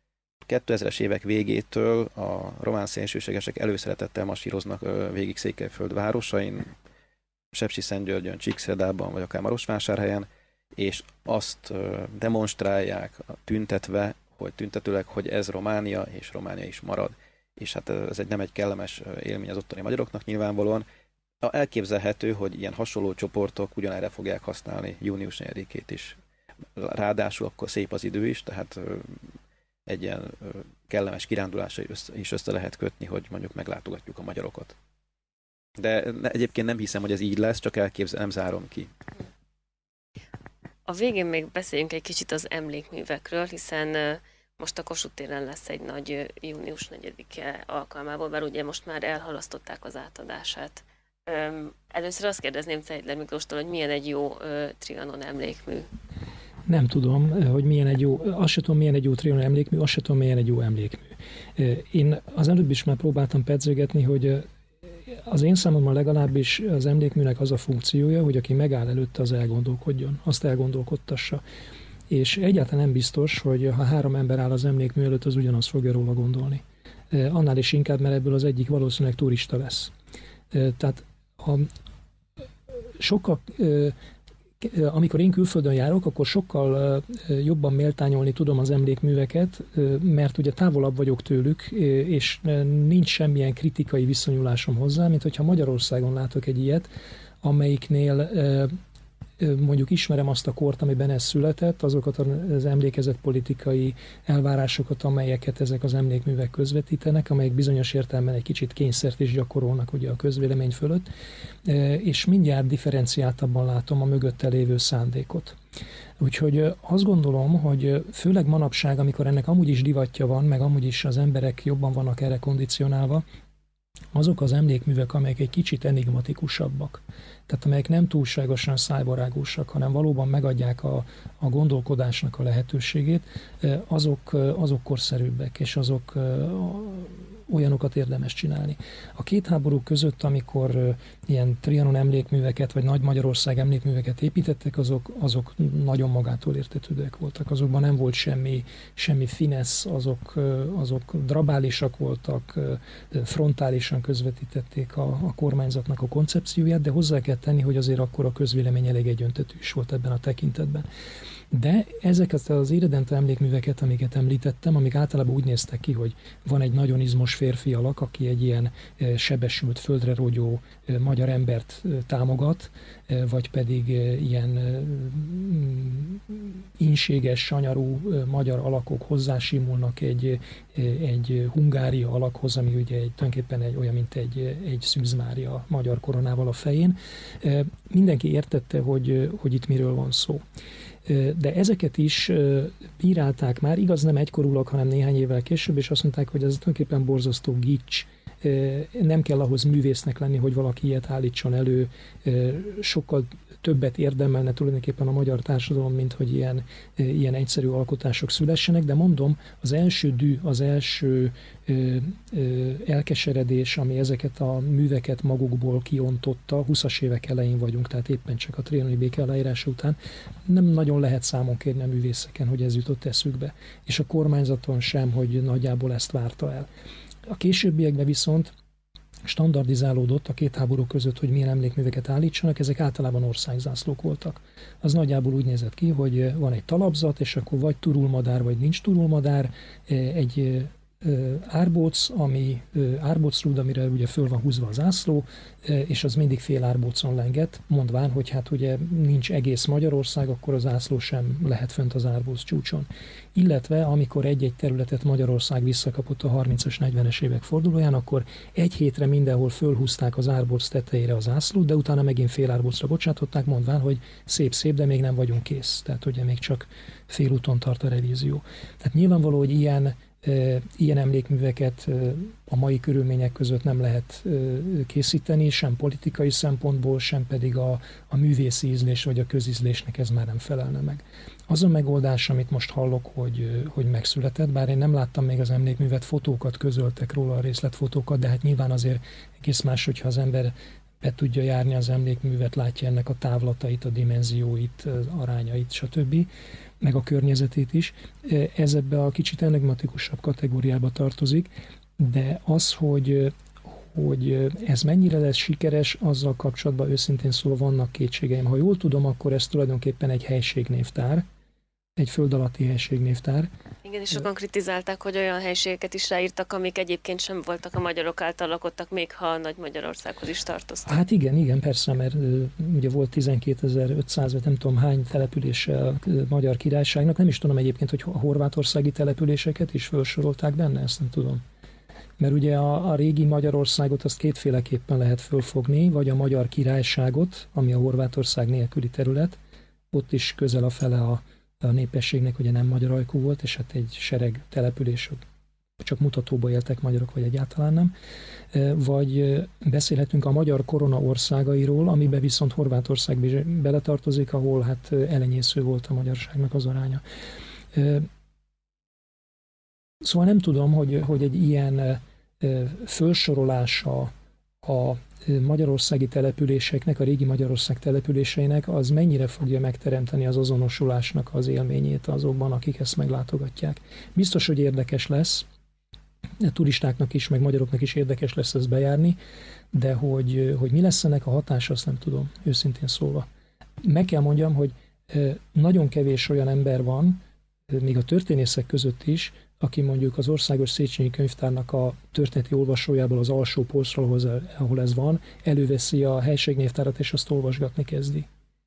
kétezres évek végétől a román szélsőségesek előszeretettel masíroznak végig Székelyföld városain, Sepsiszentgyörgyön, Csíkszerdában, vagy akár Marosvásárhelyen, és azt demonstrálják tüntetve, hogy tüntetőleg, hogy ez Románia, és Románia is marad. És hát ez egy nem egy kellemes élmény az ottani magyaroknak nyilvánvalóan. Elképzelhető, hogy ilyen hasonló csoportok ugyanerre fogják használni június negyedikét is. Ráadásul akkor szép az idő is, tehát egy ilyen kellemes kirándulásra is össze lehet kötni, hogy mondjuk meglátogatjuk a magyarokat. De egyébként nem hiszem, hogy ez így lesz, csak elképzel, nem zárom ki. A végén még beszéljünk egy kicsit az emlékművekről, hiszen most a Kossuth téren lesz egy nagy június negyedike alkalmából, bár ugye most már elhalasztották az átadását. Először azt kérdezném Ceidler Miklóstól, hogy milyen egy jó Trianon emlékmű. Nem tudom, hogy milyen egy jó, azt sem tudom, milyen egy jó Trianon emlékmű, azt sem tudom, milyen egy jó emlékmű. Én az előbb is már próbáltam pedzegetni, hogy az én számomra legalábbis az emlékműnek az a funkciója, hogy aki megáll előtte, az elgondolkodjon, azt elgondolkodtassa. És egyáltalán nem biztos, hogy ha három ember áll az emlékmű előtt, az ugyanazt fogja róla gondolni. Annál is inkább, mert ebből az egyik valószínűleg turista lesz. Tehát a, sokkal, amikor én külföldön járok, akkor sokkal jobban méltányolni tudom az emlékműveket, mert ugye távolabb vagyok tőlük, és nincs semmilyen kritikai viszonyulásom hozzá, mint hogyha Magyarországon látok egy ilyet, amelyiknél mondjuk ismerem azt a kort, amiben ez született, azokat az emlékezett politikai elvárásokat, amelyeket ezek az emlékművek közvetítenek, amelyek bizonyos értelemben egy kicsit kényszert is gyakorolnak ugye a közvélemény fölött, és mindjárt differenciáltabban látom a mögötte lévő szándékot. Úgyhogy azt gondolom, hogy főleg manapság, amikor ennek amúgy is divatja van, meg amúgy is az emberek jobban vannak erre kondicionálva, azok az emlékművek, amelyek egy kicsit enigmatikusabbak, tehát amelyek nem túlságosan szájbarágúsak, hanem valóban megadják a, a gondolkodásnak a lehetőségét, azok, azok korszerűbbek, és azok olyanokat érdemes csinálni. A két háború között, amikor ilyen Trianon emlékműveket, vagy Nagy Magyarország emlékműveket építettek, azok, azok nagyon magától értetődőek voltak. Azokban nem volt semmi, semmi finesz, azok, azok drabálisak voltak, frontálisan közvetítették a, a kormányzatnak a koncepcióját, de hozzá kell tenni, hogy azért akkor a közvélemény elég egyöntetű is volt ebben a tekintetben. De ezeket az éredentő emlékműveket, amiket említettem, amik általában úgy néztek ki, hogy van egy nagyon izmos férfi alak, aki egy ilyen sebesült, földre rogyó magyar embert támogat, vagy pedig ilyen ínséges, sanyarú magyar alakok hozzásimulnak egy, egy Hungária alakhoz, ami ugye egy, tulajdonképpen egy, olyan, mint egy, egy Szűz Mária magyar koronával a fején. Mindenki értette, hogy, hogy itt miről van szó. De ezeket is bírálták már, igaz nem egykorúlag, hanem néhány évvel később, és azt mondták, hogy ez tulajdonképpen borzasztó gics, nem kell ahhoz művésznek lenni, hogy valaki ilyet állítson elő, sokkal többet érdemelne tulajdonképpen a magyar társadalom, mint hogy ilyen, ilyen egyszerű alkotások szülessenek, de mondom, az első dű, az első ö, ö, elkeseredés, ami ezeket a műveket magukból kiontotta, húszas évek elején vagyunk, tehát éppen csak a trianoni béke aláírása után, nem nagyon lehet számon kérni a művészeken, hogy ez jutott eszükbe, és a kormányzaton sem, hogy nagyjából ezt várta el. A későbbiekben viszont standardizálódott a két háború között, hogy milyen emlékműveket állítsanak, ezek általában országzászlók voltak. Az nagyjából úgy nézett ki, hogy van egy talapzat, és akkor vagy turulmadár, vagy nincs turulmadár, egy árbóc, ami árbócrúd, amire ugye föl van húzva a zászló, és az mindig fél árbócon lengett, mondván, hogy hát ugye nincs egész Magyarország, akkor a zászló sem lehet fönt az árbóc csúcson. Illetve amikor egy-egy területet Magyarország visszakapott a harmincas, negyvenes évek fordulóján, akkor egy hétre mindenhol fölhúzták az árbóc tetejére a zászlót, de utána megint fél árbócra bocsátották, mondván, hogy szép-szép, de még nem vagyunk kész. Tehát ugye még csak félúton tart a revízió. Tehát nyilvánvaló, hogy ilyen Ilyen emlékműveket a mai körülmények között nem lehet készíteni, sem politikai szempontból, sem pedig a, a művészi ízlés vagy a közízlésnek ez már nem felelne meg. Az a megoldás, amit most hallok, hogy, hogy megszületett, bár én nem láttam még az emlékművet, fotókat közöltek róla, a részletfotókat, de hát nyilván azért egész más, hogyha az ember be tudja járni az emlékművet, látja ennek a távlatait, a dimenzióit, az arányait, stb., meg a környezetét is. Ez ebbe a kicsit enigmatikusabb kategóriába tartozik, de az, hogy, hogy ez mennyire lesz sikeres, azzal kapcsolatban őszintén szólva vannak kétségeim. Ha jól tudom, akkor ez tulajdonképpen egy helységnévtár, egy föld alatti helységnévtár. Igen, és sokan kritizálták, hogy olyan helységeket is ráírtak, amik egyébként sem voltak a magyarok által lakottak, még ha a Nagy Magyarországhoz is tartoztak. Hát igen, igen, persze, mert ugye volt tizenkétezer-ötszáz, vagy nem tudom hány települése a Magyar Királyságnak. Nem is tudom egyébként, hogy a horvátországi településeket is felsorolták benne, ezt nem tudom. Mert ugye a, a régi Magyarországot azt kétféleképpen lehet fölfogni, vagy a Magyar Királyságot, ami a Horvátország nélküli terület, ott is közel a fele a a népességnek ugye nem magyar ajkú volt, és hát egy sereg település, csak mutatóba éltek magyarok, vagy egyáltalán nem. Vagy beszélhetünk a magyar korona országairól, amiben viszont Horvátország beletartozik, ahol hát elenyésző volt a magyarságnak az aránya. Szóval nem tudom, hogy, hogy egy ilyen fölsorolása a magyarországi településeknek, a régi Magyarország településeinek, az mennyire fogja megteremteni az azonosulásnak az élményét azokban, akik ezt meglátogatják. Biztos, hogy érdekes lesz, a turistáknak is, meg magyaroknak is érdekes lesz ezt bejárni, de hogy, hogy mi lesz ennek a hatása, azt nem tudom, őszintén szólva. Meg kell mondjam, hogy nagyon kevés olyan ember van, még a történészek között is, aki mondjuk az Országos Széchenyi Könyvtárnak a történeti olvasójából az alsó polcról, ahol ez van, előveszi a helységnévtárat, és azt olvasgatni kezdi.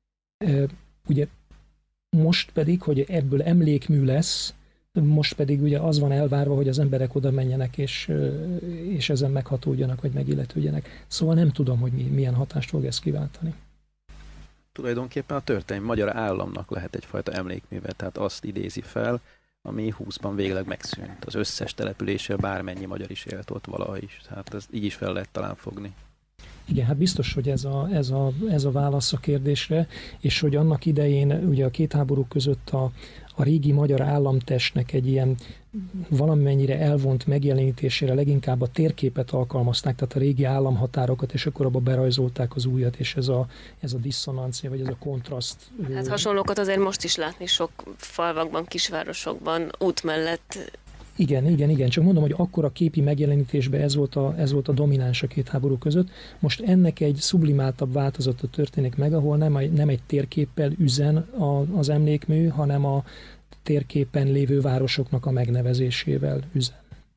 Ugye most pedig, hogy ebből emlékmű lesz, most pedig ugye az van elvárva, hogy az emberek oda menjenek, és, és ezen meghatódjanak, vagy megilletődjenek. Szóval nem tudom, hogy milyen hatást fog ez kiváltani. Tulajdonképpen a történelmi magyar államnak lehet egyfajta emlékműve, tehát azt idézi fel, ami húszban végleg megszűnt. Az összes településsel bármennyi magyar is élt ott valaha is. Tehát ez így is fel lehet talán fogni. Igen, hát biztos, hogy ez a, ez a, ez a válasz a kérdésre, és hogy annak idején ugye a két háború között a, a régi magyar államtestnek egy ilyen valamennyire elvont megjelenítésére leginkább a térképet alkalmazták, tehát a régi államhatárokat, és akkor abba berajzolták az újat, és ez a, ez a disszonancia, vagy ez a kontraszt. Hát hasonlókat azért most is látni sok falvakban, kisvárosokban, út mellett. Igen, igen, igen. Csak mondom, hogy akkor a képi megjelenítésben ez volt a, ez volt a domináns a két háború között. Most ennek egy sublimáltabb változata történik meg, ahol nem, nem egy térképpel üzen a, az emlékmű, hanem a térképen lévő városoknak a megnevezésével üzen.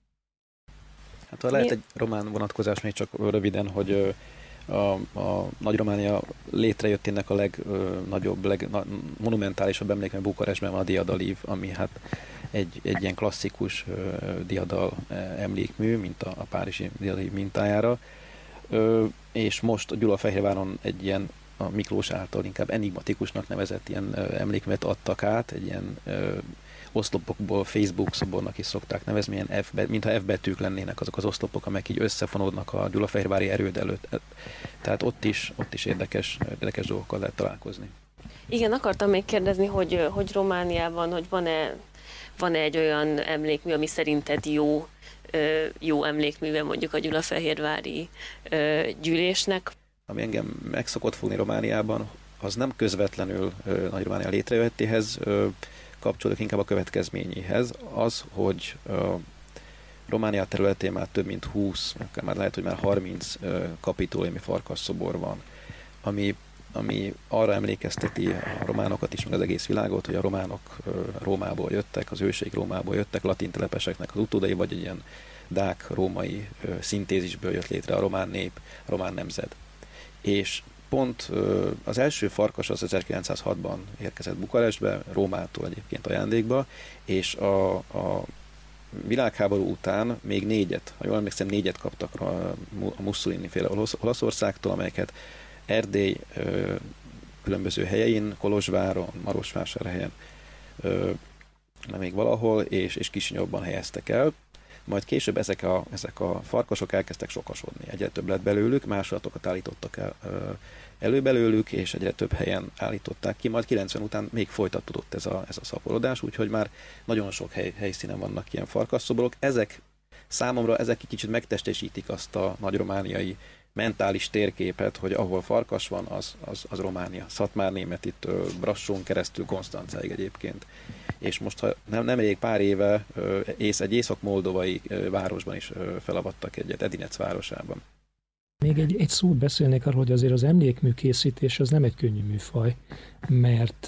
Hát ha lehet egy román vonatkozás még csak röviden, hogy a, a Nagy-Románia létrejöttének a legnagyobb, legmonumentálisabb emlékmű Bukarestben van a Diadalív, ami hát egy, egy ilyen klasszikus uh, diadal uh, emlékmű, mint a, a párizsi diadalív mintájára. Uh, és most a Gyulafehérváron egy ilyen a Miklós által inkább enigmatikusnak nevezett ilyen emlékművet adtak át, egy ilyen ö, oszlopokból, Facebook szobornak is szokták nevezni, ilyen F, mintha F betűk lennének azok az oszlopok, amelyek így összefonódnak a Gyulafehérvári erőd előtt. Tehát ott is, ott is érdekes, érdekes dolgokkal lehet találkozni. Igen, akartam még kérdezni, hogy, hogy Romániában, hogy van-e, van-e egy olyan emlékmű, ami szerinted jó, jó emlékműve mondjuk a Gyulafehérvári gyűlésnek? Ami engem meg szokott fogni Romániában, az nem közvetlenül Nagy-Románia létrejöttéhez kapcsolódik, inkább a következményéhez. Az, hogy Románia területén már több mint húsz, már lehet, hogy már harminc kapitóliumi farkasszobor van, ami, ami arra emlékezteti a románokat is, meg az egész világot, hogy a románok Rómából jöttek, az őseik Rómából jöttek, latin telepeseknek az utódai, vagy egy ilyen dák-római szintézisből jött létre a román nép, a román nemzet. És pont az első farkas az ezerkilencszázhatban érkezett Bukarestbe, Rómától egyébként ajándékba, és a, a világháború után még négyet, ha jól emlékszem, négyet kaptak a Mussolini-féle Olaszországtól, amelyeket Erdély különböző helyein, Kolozsváron, Marosvásárhelyen, még valahol, és, és Kisinyovban helyeztek el. Majd később ezek a, ezek a farkasok elkezdtek sokasodni. Egyre több lett belőlük, másolatokat állítottak el, elő belőlük, és egyre több helyen állították ki. Majd kilencven után még folytatódott ez a, ez a szaporodás, úgyhogy már nagyon sok hely, helyszínen vannak ilyen farkasszoborok. Ezek számomra ezek kicsit megtestesítik azt a nagyromániai mentális térképet, hogy ahol farkas van, az, az, az Románia. Szatmárnémetitől, Brassón keresztül Konstancáig egyébként. És most, ha nem, nem elég pár éve ész, egy észak-moldovai városban is felavattak egyet, Edinec városában. Még egy, egy szót beszélnék arról, hogy azért az emlékmű készítés az nem egy könnyű műfaj, mert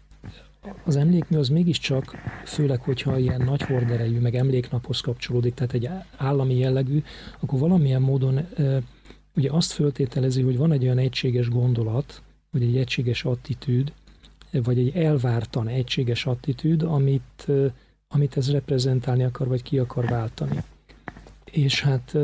az emlékmű az mégiscsak, főleg, hogyha ilyen nagy horderejű, meg emléknaphoz kapcsolódik, tehát egy állami jellegű, akkor valamilyen módon ugye azt föltételezi, hogy van egy olyan egységes gondolat, vagy egy egységes attitűd, vagy egy elvártan egységes attitűd, amit, amit ez reprezentálni akar, vagy ki akar váltani. És hát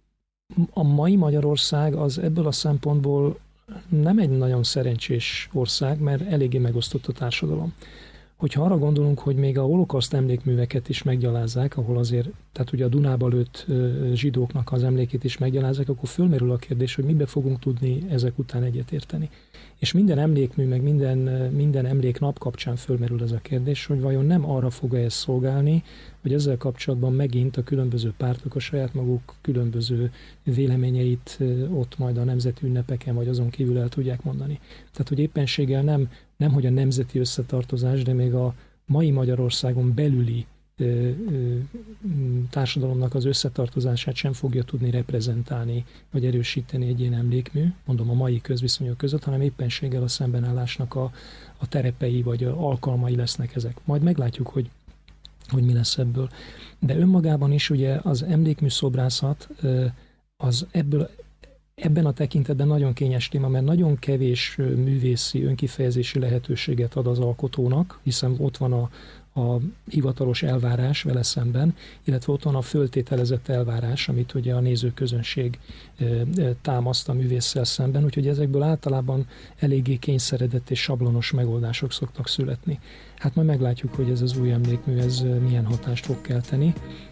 a mai Magyarország az ebből a szempontból nem egy nagyon szerencsés ország, mert eléggé megosztott a társadalom. Hogyha arra gondolunk, hogy még a holokauszt emlékműveket is meggyalázzák, ahol azért, tehát ugye a Dunába lőtt zsidóknak az emlékét is meggyalázzák, akkor fölmerül a kérdés, hogy mibe fogunk tudni ezek után egyetérteni. És minden emlékmű, meg minden, minden emléknap kapcsán fölmerül ez a kérdés, hogy vajon nem arra fog-e ez szolgálni, hogy ezzel kapcsolatban megint a különböző pártok a saját maguk különböző véleményeit ott majd a nemzeti ünnepeken, vagy azon kívül el tudják mondani. Tehát, hogy éppenséggel nem, nem hogy a nemzeti összetartozás, de még a mai Magyarországon belüli ö, ö, társadalomnak az összetartozását sem fogja tudni reprezentálni, vagy erősíteni egy ilyen emlékmű, mondom a mai közviszonyok között, hanem éppenséggel a szembenállásnak a, a terepei, vagy a alkalmai lesznek ezek. Majd meglátjuk, hogy hogy mi lesz ebből. De önmagában is ugye az emlékmű szobrászat az ebből, ebben a tekintetben nagyon kényes téma, mert nagyon kevés művészi önkifejezési lehetőséget ad az alkotónak, hiszen ott van a, a hivatalos elvárás vele szemben, illetve ott van a föltételezett elvárás, amit ugye a nézőközönség támaszt a művésszel szemben, úgyhogy ezekből általában eléggé kényszeredett és sablonos megoldások szoktak születni. Hát majd meglátjuk, hogy ez az új emlékmű, ez milyen hatást fog kelteni.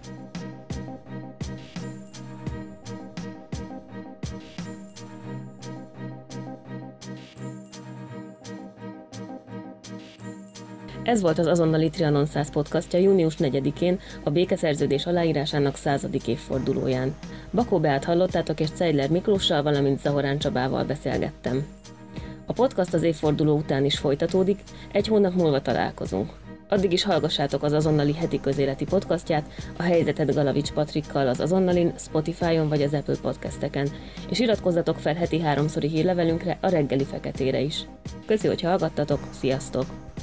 Ez volt az azonnali Trianon száz podcastja június negyedikén, a békeszerződés aláírásának századik évfordulóján. Bakó Beát hallottátok, és Ceidler Miklóssal, valamint Zahorán Csabával beszélgettem. A podcast az évforduló után is folytatódik, egy hónap múlva találkozunk. Addig is hallgassátok az azonnali heti közéleti podcastját, a helyzetet Galavics Patrikkal az Azonnalin, Spotify-on vagy az Apple podcasteken, és iratkozzatok fel heti háromszori hírlevelünkre, a Reggeli Feketére is. Köszi, hogy hallgattatok, sziasztok!